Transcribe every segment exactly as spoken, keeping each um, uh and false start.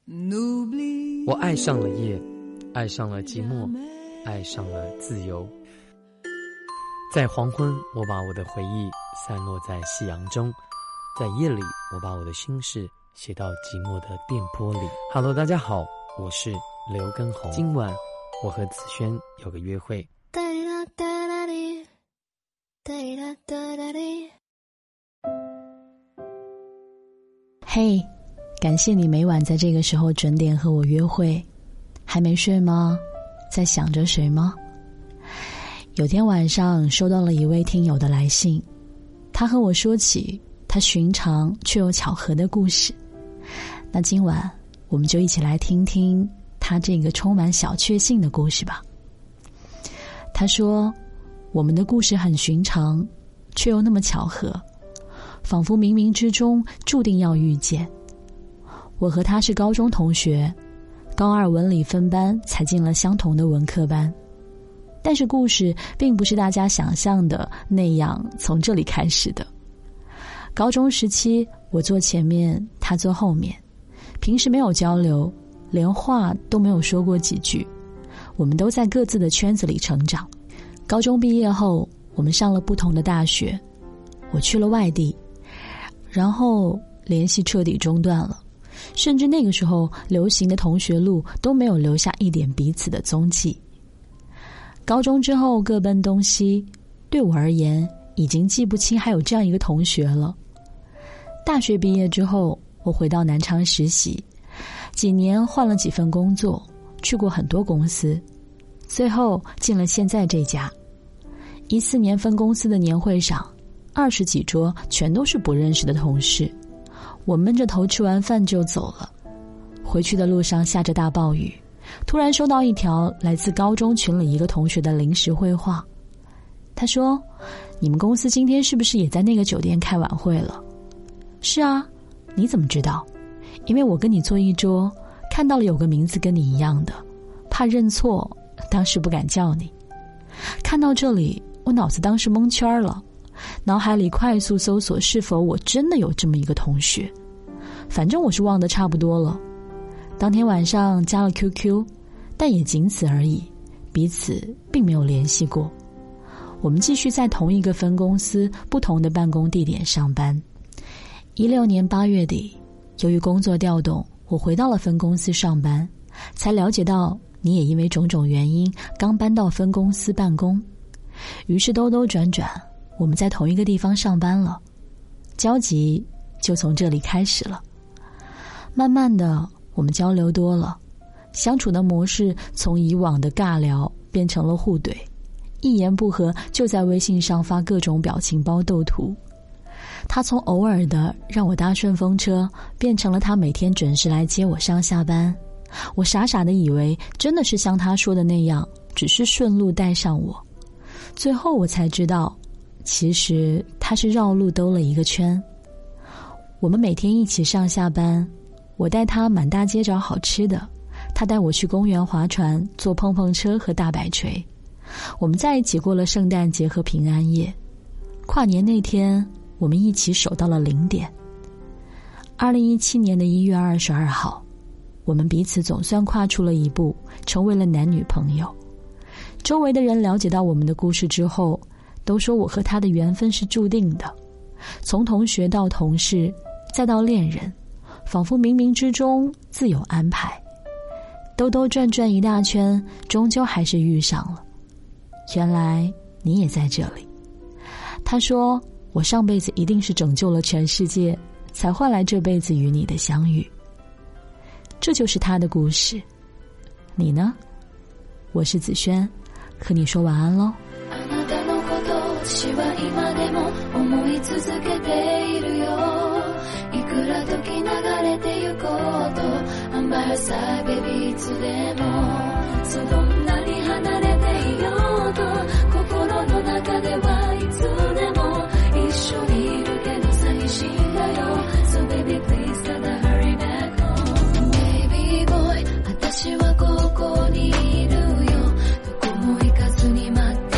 我爱上了夜，爱上了寂寞，爱上了自由。在黄昏，我把我的回忆散落在夕阳中，在夜里，我把我的心事写到寂寞的电波里。Hello， 大家好，我是刘畊宏。今晚我和子轩有个约会。 嘿、hey, 感谢你每晚在这个时候准点和我约会。还没睡吗？在想着谁吗？有天晚上收到了一位听友的来信，他和我说起他寻常却又巧合的故事。那今晚我们就一起来听听他这个充满小确幸的故事吧。他说，我们的故事很寻常，却又那么巧合，仿佛冥冥之中注定要遇见。我和他是高中同学，高二文理分班才进了相同的文科班，但是故事并不是大家想象的那样从这里开始的。高中时期，我坐前面，他坐后面，平时没有交流，连话都没有说过几句。我们都在各自的圈子里成长。高中毕业后，我们上了不同的大学，我去了外地，然后联系彻底中断了，甚至那个时候流行的同学录都没有留下一点彼此的踪迹。高中之后各奔东西，对我而言已经记不清还有这样一个同学了。大学毕业之后，我回到南昌实习，几年换了几份工作，去过很多公司，最后进了现在这家。一四年分公司的年会上，二十几桌全都是不认识的同事，我闷着头吃完饭就走了。回去的路上下着大暴雨，突然收到一条来自高中群里一个同学的临时会话。他说，你们公司今天是不是也在那个酒店开晚会了？是啊，你怎么知道？因为我跟你坐一桌，看到了有个名字跟你一样的，怕认错，当时不敢叫你。看到这里，我脑子当时蒙圈了，脑海里快速搜索是否我真的有这么一个同学。反正我是忘得差不多了。当天晚上加了 Q Q， 但也仅此而已，彼此并没有联系过。我们继续在同一个分公司不同的办公地点上班。一六年八月底，由于工作调动，我回到了分公司上班，才了解到你也因为种种原因刚搬到分公司办公。于是兜兜转转，我们在同一个地方上班了，交集就从这里开始了。慢慢的，我们交流多了，相处的模式从以往的尬聊变成了互怼，一言不合就在微信上发各种表情包斗图。他从偶尔的让我搭顺风车，变成了他每天准时来接我上下班。我傻傻的以为真的是像他说的那样，只是顺路带上我。最后我才知道，其实他是绕路兜了一个圈。我们每天一起上下班，我带他满大街找好吃的，他带我去公园划船、坐碰碰车和大摆锤。我们在一起过了圣诞节和平安夜，跨年那天我们一起守到了零点。二零一七年的一月二十二号，我们彼此总算跨出了一步，成为了男女朋友。周围的人了解到我们的故事之后，都说我和他的缘分是注定的。从同学到同事，再到恋人，仿佛冥冥之中自有安排。兜兜转转一大圈，终究还是遇上了。原来你也在这里。他说，我上辈子一定是拯救了全世界，才换来这辈子与你的相遇。这就是他的故事。你呢？我是子轩，和你说晚安喽。 私は今でも思い続けているよ。いくら時流れてゆこうと I'm by your side baby いつでも。そうどんなに離れていようと心の中ではいつでも一緒にいるけど寂しいんだよ。So baby please gotta hurry back home Baby boy 私はここにいるよ。どこも行かずに待って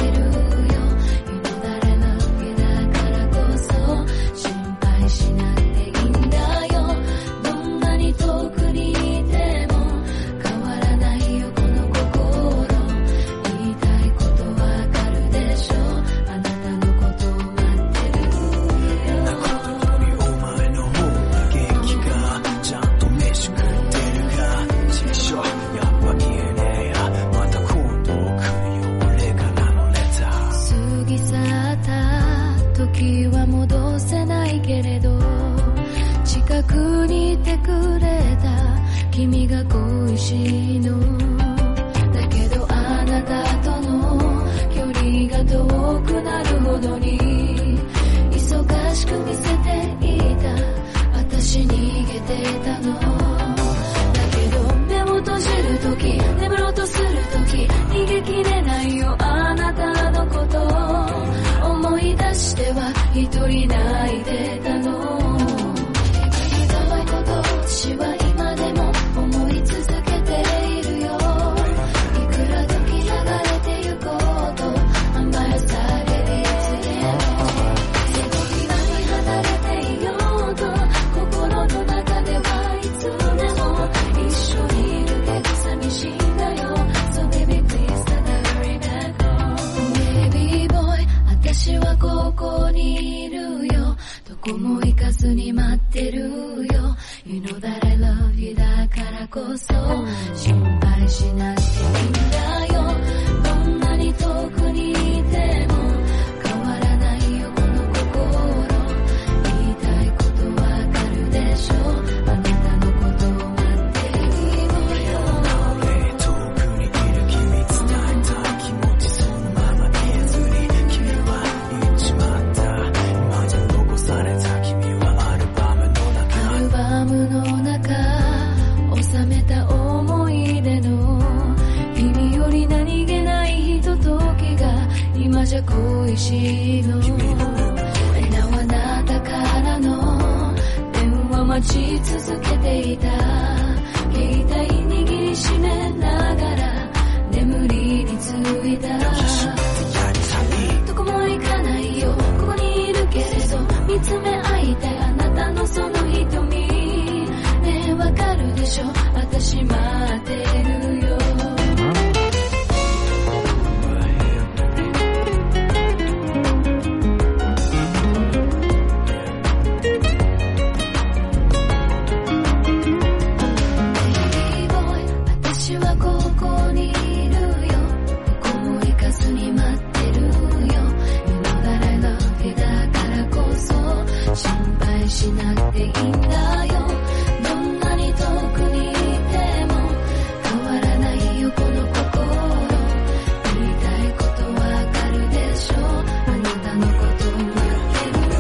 しなくていいんだよ。どんなに遠くにいて君が恋しいのだけどあなたとの距離が遠くなるほどに忙しく見せていた私逃げてたのだけど目を閉じるとき眠ろうとするとき逃げきれないよあなたのこと思い出しては一人泣いてたの淡いこと私は今でも思い続けているよいくら時流れてゆこうと甘やされるいつでもどんなに離れていようと心の中ではいつでも一緒にいるけど寂しいんだよ So baby please hurry back home Baby boy 私はここにいるよどこも行かずに待ってるよ You know that I love you だからこそ心配しなくていいんだよどんなに遠くにいても変わらないよこの心言いたいことわかるでしょあなたのことを待っているよ遠くにいる君伝えた気持ちそのまま言えずに君は言っちまった今じゃ残された君はアルバムの中アルバムの中収めた思い出の君より何気ないひとときが今じゃ恋しいのなおあなたからの電話待ち続けていた携帯握りしめながら眠りについたどこも行かないよここにいるけれど見つめ合いたいあなたのその瞳ねえわかるでしょ私待ってるよ私はここにいるよどこも行かずに待ってるよ You know that I love you だからこそ心配しなくていいんだよどんなに遠くにいても変わらないよこの心言いたいことわかるでしょあなたのこと待ってるよ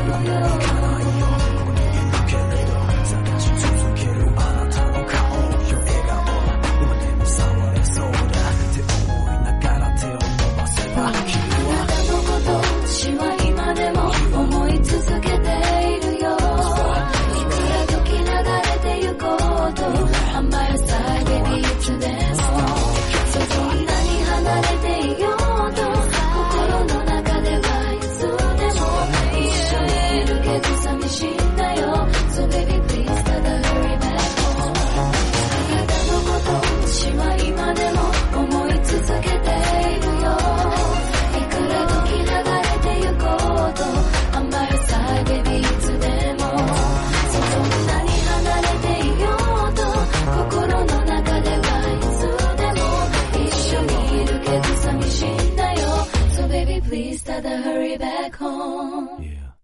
探し続けるあなたの顔よ笑顔今でも触れそうだって思いながら手を伸ばせばあなたのこと私は今でも思い続けているよいくら時流れてゆこうと甘やさい Baby いつでもそうどんなに離れていようと心の中ではいつでも一緒にいるけど寂しいんだよ So baby please hurry back home あなたのこと私は今でも思い続けているよいくら時流れてゆこうと甘やさい Baby いつでもそうどんなに離れていようと心の中ではいつでも一緒にいるけど寂しいんだよ So baby please hurry back home Yeah